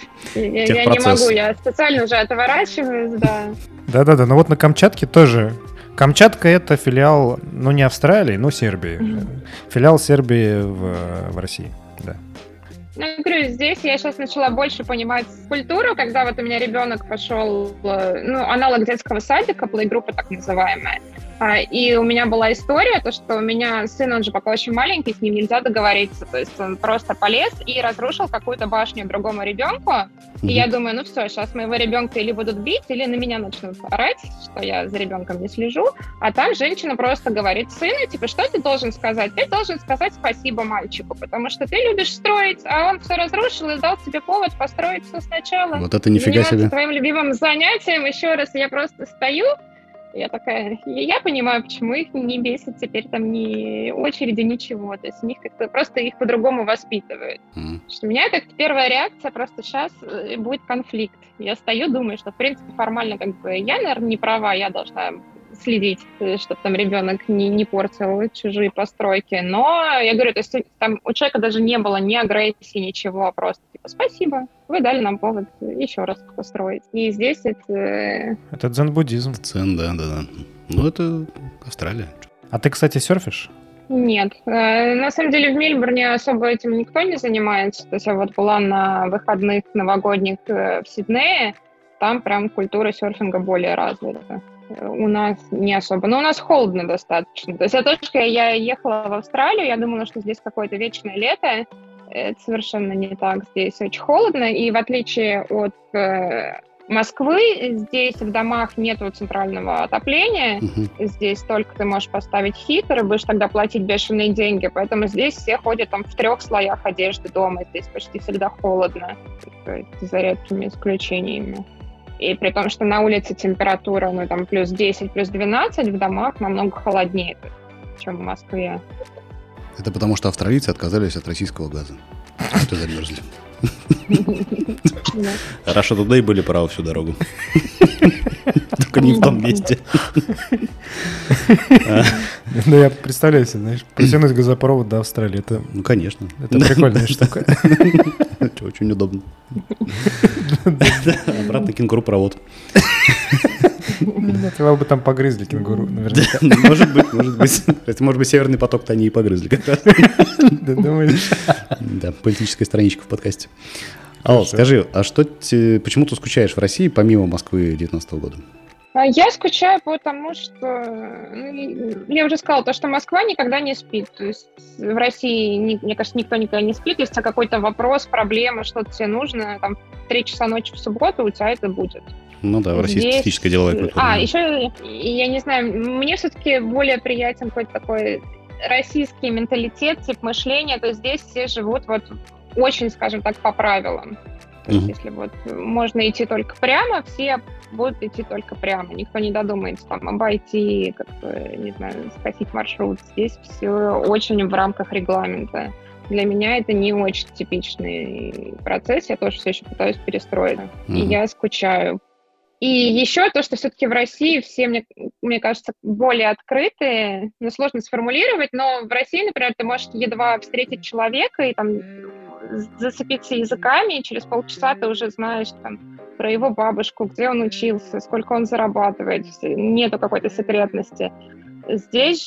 Я не могу, я специально уже отворачиваюсь, да. Да-да-да, но вот на Камчатке тоже. Камчатка — это филиал, ну, не Австралии, но Сербии. Mm-hmm. Филиал Сербии в, в России, да. Ну, я говорю, здесь я сейчас начала больше понимать культуру, когда вот у меня ребенок пошел, ну, аналог детского садика, плей-группа так называемая. И у меня была история, то, что у меня сын, он же пока очень маленький, с ним нельзя договориться. То есть он просто полез и разрушил какую-то башню другому ребенку. Mm-hmm. И я думаю, ну все, сейчас моего ребенка или будут бить, или на меня начнут орать, что я за ребенком не слежу. А там женщина просто говорит сыну, типа, что ты должен сказать? Ты должен сказать спасибо мальчику, потому что ты любишь строить, а он все разрушил и дал тебе повод построить все сначала. Вот это нифига себе. Твоим любимым занятием. Еще раз, я просто стою, я такая, я понимаю, почему их не бесит теперь там ни очереди, ничего. То есть у них как-то просто их по-другому воспитывают. Mm. Что у меня как первая реакция, просто сейчас будет конфликт. Я стою, думаю, что в принципе формально как бы я, наверное, не права, я должна следить, чтобы там ребенок не, не портил чужие постройки. Но я говорю, то есть там у человека даже не было ни агрессии, ничего, а просто типа спасибо, вы дали нам повод еще раз построить. И здесь это... Это дзен-буддизм. Дзен, да, да, да. Ну, это Австралия. А ты, кстати, серфишь? Нет. На самом деле в Мельбурне особо этим никто не занимается. То есть я вот была на выходных новогодних в Сиднее, там прям культура серфинга более развита. У нас не особо. Но у нас холодно достаточно. То есть я тоже, когда я ехала в Австралию, я думала, что здесь какое-то вечное лето. Это совершенно не так. Здесь очень холодно. И в отличие от э, Москвы. Здесь в домах нету центрального отопления. Uh-huh. Здесь только ты можешь поставить хитер, и будешь тогда платить бешеные деньги. Поэтому здесь все ходят там в трех слоях одежды дома. Здесь почти всегда холодно, за редкими исключениями. И при том, что на улице температура, ну, там, плюс десять, плюс двенадцать, в домах намного холоднее, чем в Москве. Это потому, что австралийцы отказались от российского газа. Что замерзли. Хорошо, туда и были правы всю дорогу. Только не в том месте. Ну, я представляю себе, знаешь, протянуть газопровод до Австралии. Это, ну, конечно. Это прикольная штука. Это очень удобно. Обратно кенгуру-провод. Нет, его бы там погрызли кенгуру, наверняка. Может быть, может быть. Кстати, может быть, Северный поток-то они и погрызли как раз. Да, думаешь? Да, политическая страничка в подкасте. Алла, скажи, а что ты, почему ты скучаешь в России помимо Москвы девятнадцатого года? Я скучаю, потому что, ну, я уже сказала, то, что Москва никогда не спит. То есть в России, мне кажется, никто никогда не спит. Если у тебя какой-то вопрос, проблема, что-то тебе нужно, там, в три часа ночи в субботу у тебя это будет. Ну да, в России Здесь... специфическая деловая культура. А, еще, я не знаю, мне все-таки более приятен какой-то такой российский менталитет, тип мышления. То есть здесь все живут вот очень, скажем так, по правилам. То есть, mm-hmm. если вот можно идти только прямо, все будут идти только прямо. Никто не додумается там обойти, как-то, не знаю, скосить маршрут. Здесь все очень в рамках регламента. Для меня это не очень типичный процесс. Я тоже все еще пытаюсь перестроиться. Mm-hmm. И я скучаю. И еще то, что все-таки в России все, мне, мне кажется, более открытые. Ну, сложно сформулировать, но в России, например, ты можешь едва встретить человека и там зацепиться языками, и через полчаса ты уже знаешь там про его бабушку, где он учился, сколько он зарабатывает. Нету какой-то секретности. Здесь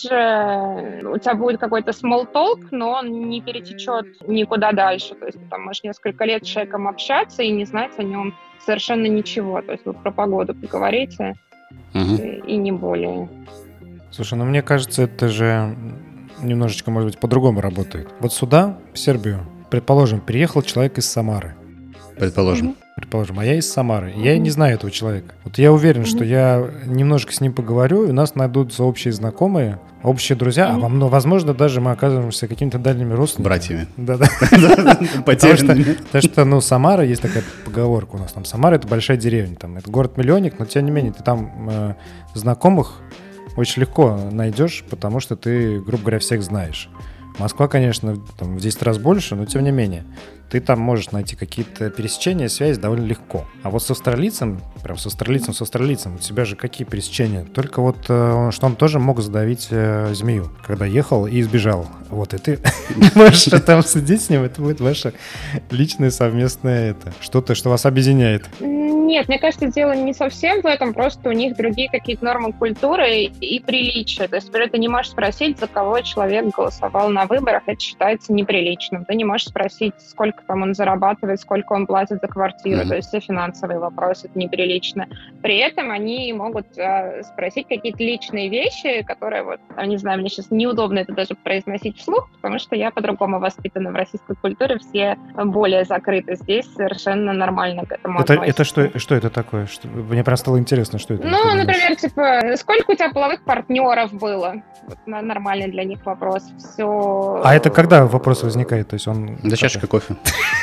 же у тебя будет какой-то small talk, но он не перетечет никуда дальше. То есть ты там можешь несколько лет с человеком общаться и не знать о нем совершенно ничего. То есть вы про погоду поговорите, uh-huh. и не более. Слушай, ну мне кажется, это же немножечко, может быть, по-другому работает. Вот сюда, в Сербию, предположим, приехал человек из Самары. Предположим. Mm-hmm. Предположим, а я из Самары. Mm-hmm. Я не знаю этого человека. Вот я уверен, mm-hmm. что я немножко с ним поговорю, и у нас найдутся общие знакомые, общие друзья, mm-hmm. а возможно, даже мы оказываемся какими-то дальними родственниками. Братьями. Да-да. Потерянными. Потому что, ну, Самара, есть такая поговорка у нас там. Самара — это большая деревня. Там, это город-миллионник, но тем не менее, ты там знакомых очень легко найдешь, потому что ты, грубо говоря, всех знаешь. Москва, конечно, там в десять раз больше, но тем не менее. Ты там можешь найти какие-то пересечения, связи довольно легко. А вот с австралийцем, прям с австралийцем, с австралийцем, у тебя же какие пересечения? Только вот, э, что он тоже мог задавить э, змею, когда ехал и избежал. Вот, и ты можешь там сидеть с ним, это будет ваше личное совместное это. Что-то, что вас объединяет. Нет, мне кажется, дело не совсем в этом, просто у них другие какие-то нормы культуры и приличия. То есть, например, ты не можешь спросить, за кого человек голосовал на выборах, это считается неприличным. Ты не можешь спросить, сколько там он зарабатывает, сколько он платит за квартиру, mm-hmm. то есть все финансовые вопросы, это неприлично. При этом они могут э, спросить какие-то личные вещи, которые, вот, я не знаю, мне сейчас неудобно это даже произносить вслух, потому что я по-другому воспитана в российской культуре, все более закрыты. Здесь совершенно нормально к этому это, относятся. Это что, что это такое? Что, мне просто стало интересно, что это. Ну, например, типа, сколько у тебя половых партнеров было? Вот, нормальный для них вопрос. Все. А это когда вопрос возникает? То есть он... За чашкой кофе.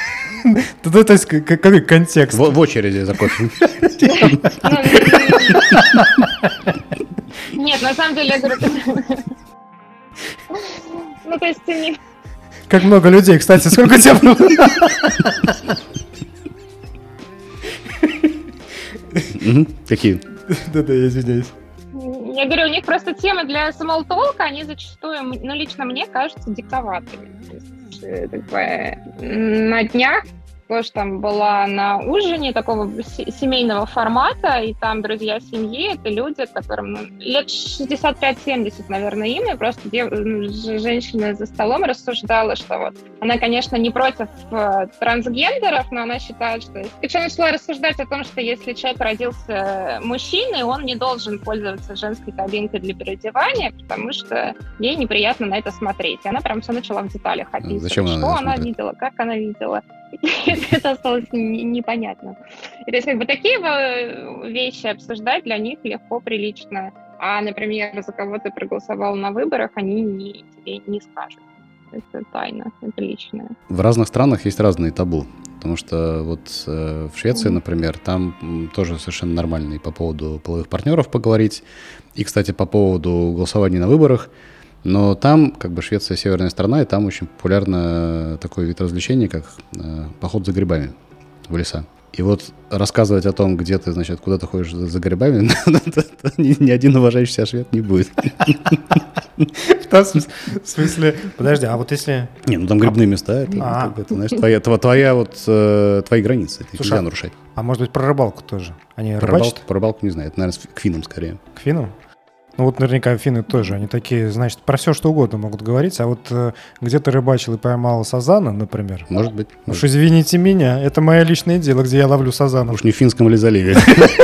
То есть какой контекст? В очереди за кофе. Нет, на самом деле, я говорю... Ну, то есть... Как много людей, кстати, сколько у тебя было? Какие? Да-да, я извиняюсь. Я говорю, у них просто темы для small talk, они зачастую, ну, лично мне кажутся диктоватыми. То есть, такое, на днях тоже там была на ужине такого семейного формата, и там друзья семьи, это люди, которым ну, лет шестьдесят пять семьдесят, наверное, им, и просто дев... женщина за столом рассуждала, что вот она, конечно, не против э, трансгендеров, но она считает, что... Причем начала рассуждать о том, что если человек родился мужчиной, он не должен пользоваться женской кабинкой для переодевания, потому что ей неприятно на это смотреть. И она прям все начала в деталях описывать, Зачем что она, она видела, как она видела. это осталось непонятно. То есть как бы такие вещи обсуждать для них легко, прилично. А, например, за кого ты проголосовал на выборах, они не, тебе не скажут. Это тайна, это личное. В разных странах есть разные табу. Потому что вот э, в Швеции, mm-hmm. например, там м, тоже совершенно нормально и по поводу половых партнеров поговорить. И, кстати, по поводу голосования на выборах. Но там, как бы, Швеция северная страна, и там очень популярно такой вид развлечений, как э, поход за грибами в леса. И вот рассказывать о том, где ты, значит, куда ты ходишь за грибами, ни один уважающий себя швед не будет. В смысле? Подожди, а вот если... Не, ну там грибные места, это, знаешь, твоя вот, твои границы, их нельзя нарушать. А может быть, про рыбалку тоже? Они рыбачат? Про рыбалку не знаю, это, наверное, к финнам скорее. К финнам? Ну вот наверняка финны тоже, они такие, значит, про все что угодно могут говорить, а вот э, где ты рыбачил и поймал сазана, например. Может быть. Уж извините меня, это мое личное дело, где я ловлю сазана. Уж не в Финском ли заливе.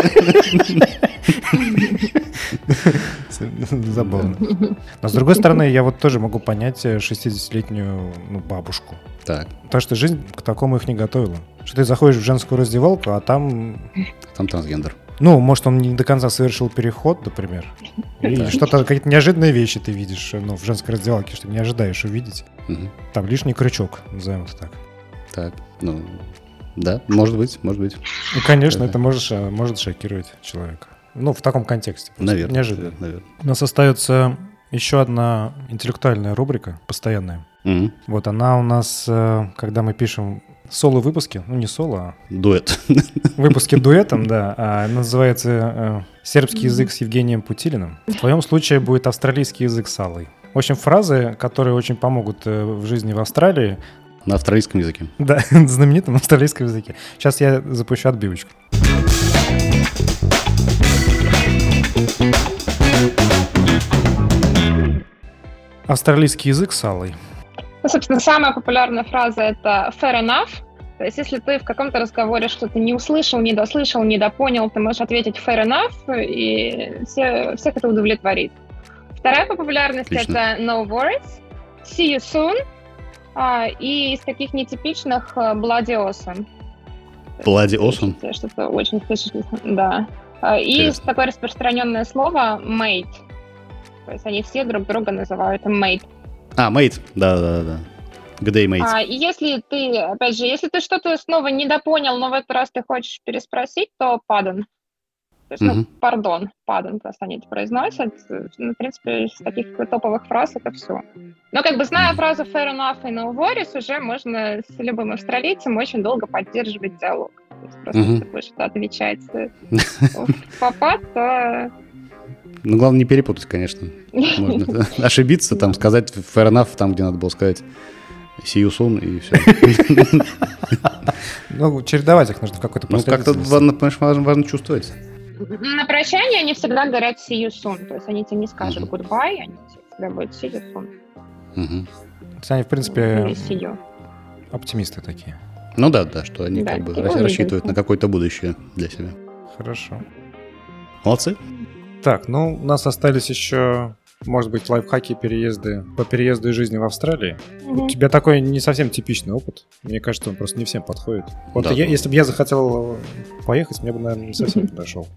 Забавно. Но с другой стороны, я вот тоже могу понять шестидесятилетнюю ну, бабушку. Так. Потому что жизнь к такому их не готовила. Что ты заходишь в женскую раздевалку, а там... Там трансгендер. Ну, может, он не до конца совершил переход, например. И да. Что-то, какие-то неожиданные вещи ты видишь ну, в женской раздевалке, что не ожидаешь увидеть. Угу. Там лишний крючок, назовем это так. Так, ну, да, может быть, может быть. Ну, конечно, да. Это может, может шокировать человека. Ну, в таком контексте. Наверное. Неожиданно. Наверное. У нас остается еще одна интеллектуальная рубрика, постоянная. Угу. Вот она у нас, когда мы пишем соло-выпуски, ну не соло, а... Дуэт. Выпуски дуэтом, да. А, называется э, «Сербский язык с Евгением Путилиным». В твоем случае будет австралийский язык с Аллой. В общем, фразы, которые очень помогут э, в жизни в Австралии. На австралийском языке. Да, на знаменитом австралийском языке. Сейчас я запущу отбивочку. Австралийский язык с Аллой. Ну, собственно, самая популярная фраза — это fair enough. То есть, если ты в каком-то разговоре что-то не услышал, не дослышал, не допонял, ты можешь ответить fair enough, и все, всех это удовлетворит. Вторая по популярности — это no worries, see you soon, а, и из таких нетипичных bloody awesome. Bloody awesome? Что-то очень слышно, да. И интересно. Такое распространенное слово mate. То есть они все друг друга называют mate. А, mate, да-да-да. Good day, mate. А, и если ты, опять же, если ты что-то снова недопонял, но в этот раз ты хочешь переспросить, то pardon. То есть, mm-hmm. ну, пардон, pardon, просто они это произносят. Ну, в принципе, из таких топовых фраз это все. Но как бы зная фразу fair enough и no worries, уже можно с любым австралийцем очень долго поддерживать диалог. То есть просто mm-hmm. если ты будешь отвечать в попад, то... Ну, главное не перепутать, конечно. Можно ошибиться, там, сказать fair enough, там, где надо было сказать see you soon, и все. Ну, чередовать их нужно в какой-то последовательности. Ну, как-то, важно, важно чувствовать. На прощание они всегда говорят see you soon. То есть они тебе не скажут uh-huh. goodbye, они всегда будут see you soon. Uh-huh. То есть они, в принципе, оптимисты такие. Ну да, да, что они да, как бы рассчитывают на какое-то будущее для себя. Хорошо. Молодцы. Так, ну, у нас остались еще, может быть, лайфхаки, переезды по переезду и жизни в Австралии. Mm-hmm. У тебя такой не совсем типичный опыт. Мне кажется, он просто не всем подходит. Вот да, я, да. Если бы я захотел поехать, мне бы, наверное, не совсем не подошел.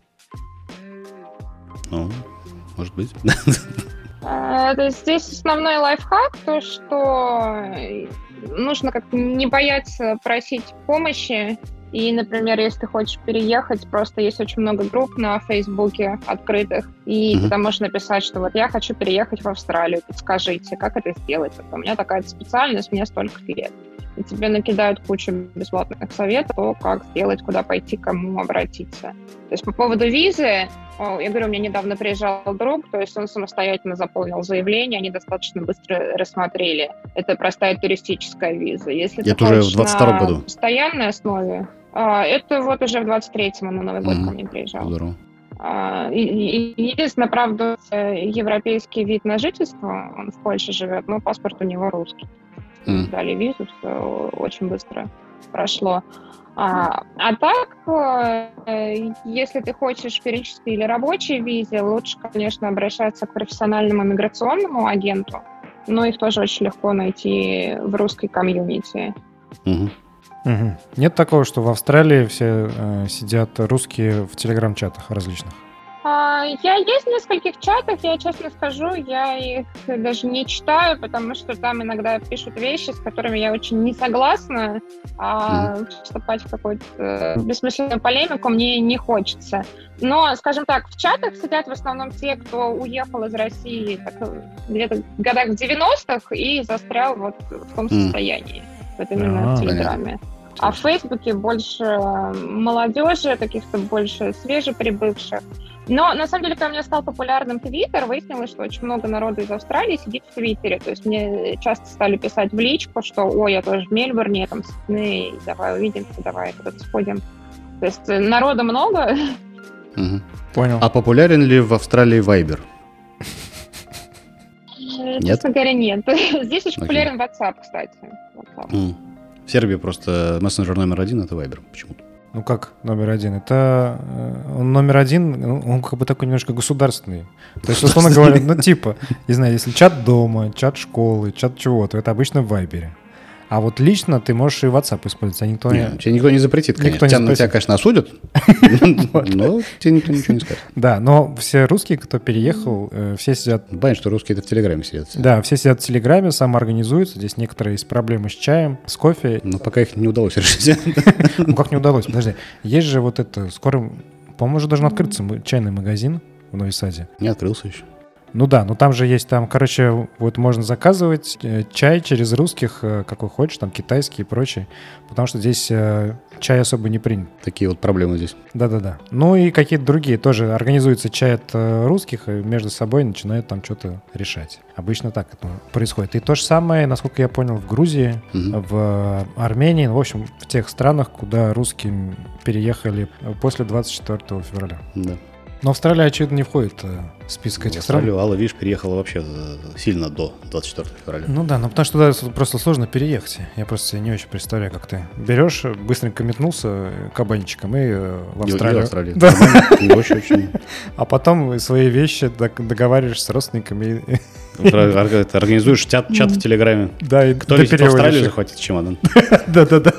Ну, может быть. Здесь основной лайфхак, то, что нужно как-то не бояться просить помощи. И, например, если ты хочешь переехать, просто есть очень много групп на Фейсбуке открытых, и mm-hmm. ты там можешь написать, что вот я хочу переехать в Австралию, подскажите, как это сделать? Вот у меня такая специальность, мне столько лет. И тебе накидают кучу бесплатных советов, как сделать, куда пойти, к кому обратиться. То есть по поводу визы, я говорю, у меня недавно приезжал друг, то есть он самостоятельно заполнил заявление, они достаточно быстро рассмотрели. Это простая туристическая виза. Если это уже в двадцать втором году. На постоянной основе, это вот уже в двадцать третьем на Новый год mm-hmm. ко мне приезжал. Здорово. Единственное, правда, европейский вид на жительство, он в Польше живет, но паспорт у него русский. Mm. Дали визу, все очень быстро прошло. А, а так, если ты хочешь периодической или рабочей визе, лучше, конечно, обращаться к профессиональному миграционному агенту, но их тоже очень легко найти в русской комьюнити. Mm-hmm. Угу. Нет такого, что в Австралии все э, сидят русские в телеграм-чатах различных? А, Я есть в нескольких чатах, я честно скажу, я их даже не читаю, потому что там иногда пишут вещи, с которыми я очень не согласна, а вступать в какую-то бессмысленную полемику мне не хочется. Но, скажем так, в чатах сидят в основном те, кто уехал из России так, где-то в годах в девяностых и застрял вот в том состоянии, вот именно А, в Телеграме. А в Фейсбуке больше молодежи, каких-то больше свежеприбывших. Но, на самом деле, когда у меня стал популярным Твиттер, выяснилось, что очень много народу из Австралии сидит в Твиттере. То есть мне часто стали писать в личку, что «Ой, я тоже в Мельбурне, я там с Сиднея, давай увидимся, давай куда-то сходим». То есть народа много. Угу. Понял. А популярен ли в Австралии Viber? Честно говоря, нет. Здесь очень популярен WhatsApp, кстати. WhatsApp. Mm. В Сербии просто мессенджер номер один — это Viber почему-то. Ну как номер один? Это он номер один, он как бы такой немножко государственный. То есть, условно говоря, ну типа, не знаю, если чат дома, чат школы, чат чего-то, это обычно в Вайбере. А вот лично ты можешь и WhatsApp использовать, а никто не... Тебе никто не запретит, конечно. Тебя, на тебя, конечно, осудят, но тебе никто ничего не скажет. Да, но все русские, кто переехал, все сидят... Понятно, что русские это в Телеграме сидят. Да, все сидят в Телеграме, самоорганизуются. Здесь некоторые есть проблемы с чаем, с кофе. Но пока их не удалось решить. Ну как не удалось? Подожди, есть же вот это... Скоро, по-моему, уже должен открыться чайный магазин в Нови Саде. Не открылся еще. Ну да, но там же есть, там, короче, вот можно заказывать чай через русских, какой хочешь, там китайский и прочее, потому что здесь э, чай особо не принят. Такие вот проблемы здесь. Да-да-да. Ну и какие-то другие тоже. Организуется чай от э, русских и между собой начинают там что-то решать. Обычно так это происходит. И то же самое, насколько я понял, в Грузии, Угу. в Армении, ну, в общем, в тех странах, куда русские переехали после двадцать четвёртого февраля. Да. Но Австралия, очевидно, не входит э, в список этих В стран. Австралию Алла, видишь, переехала вообще сильно до двадцать четвёртого февраля. Ну да, ну потому что туда просто сложно переехать. Я просто себе не очень представляю, как ты берешь, быстренько метнулся кабанчиком и э, в Австралию. И в Австралию. Да. Не очень, очень. А потом свои вещи дог- договариваешься с родственниками. и- Ты организуешь чат, чат в Телеграме. Да, и Кто летит в допереводишь Австралию, их. захватит чемодан. Да-да-да.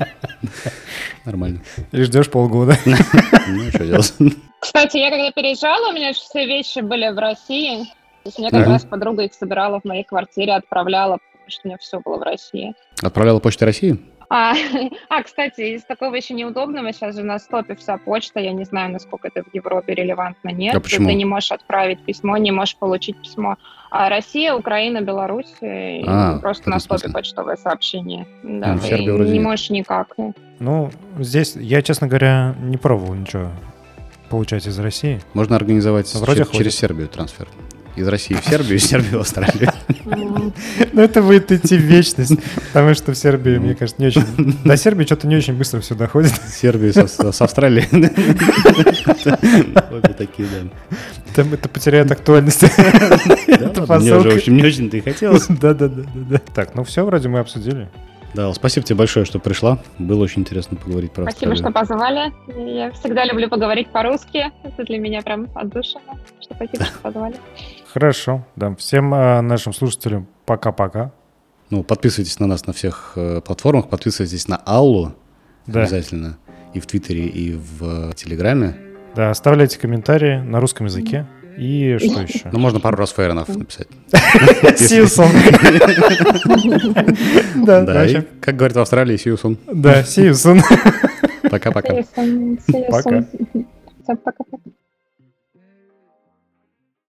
Нормально. И ждешь полгода. Ну, что делать? Кстати, я когда переезжала, у меня же все вещи были в России. То есть мне как Ага. раз подруга их собирала в моей квартире, отправляла, потому что у меня все было в России. Отправляла Почтой России? А, а, кстати, из такого еще неудобного, сейчас же на стопе вся почта, я не знаю, насколько это в Европе релевантно, нет. А почему? Ты не можешь отправить письмо, не можешь получить письмо. А Россия, Украина, Беларусь, и А, в просто этом на стопе смысле. почтовое сообщение. Да, Ну, в ты Сербии вроде не нет. можешь никак. Ну, здесь я, честно говоря, не пробовал ничего получать из России. Можно организовать Вроде чер- ходит. через Сербию трансфер. Из России в Сербию, из Сербии в Австралию. М. Ну, это будет идти в вечность, потому что в Сербии, мне кажется, не очень... До Сербии что-то не очень быстро все доходит. С Сербии, со- со- с Австралией. Обе такие, да. Там это потеряет актуальность. Да ладно, мне уже очень не очень-то и хотелось. Да-да-да. Так, ну все, вроде мы обсудили. Да, спасибо тебе большое, что пришла. Было очень интересно поговорить про Спасибо, что Австралию. позвали. Я всегда люблю поговорить по-русски. Это для меня прям отдушина. Что спасибо, что позвали. Хорошо, да. Всем э, нашим слушателям пока-пока. Ну, подписывайтесь на нас на всех э, платформах, подписывайтесь на Аллу Да. обязательно. И в Твиттере, и в э, Телеграме. Да, оставляйте комментарии на русском языке. И что еще? Ну, можно пару раз fair enough написать. See you soon. Да, Да, и, вообще. как говорят в Австралии, see you soon. Да, see you soon. Пока-пока. See you soon. See you Пока. soon. Всем пока-пока.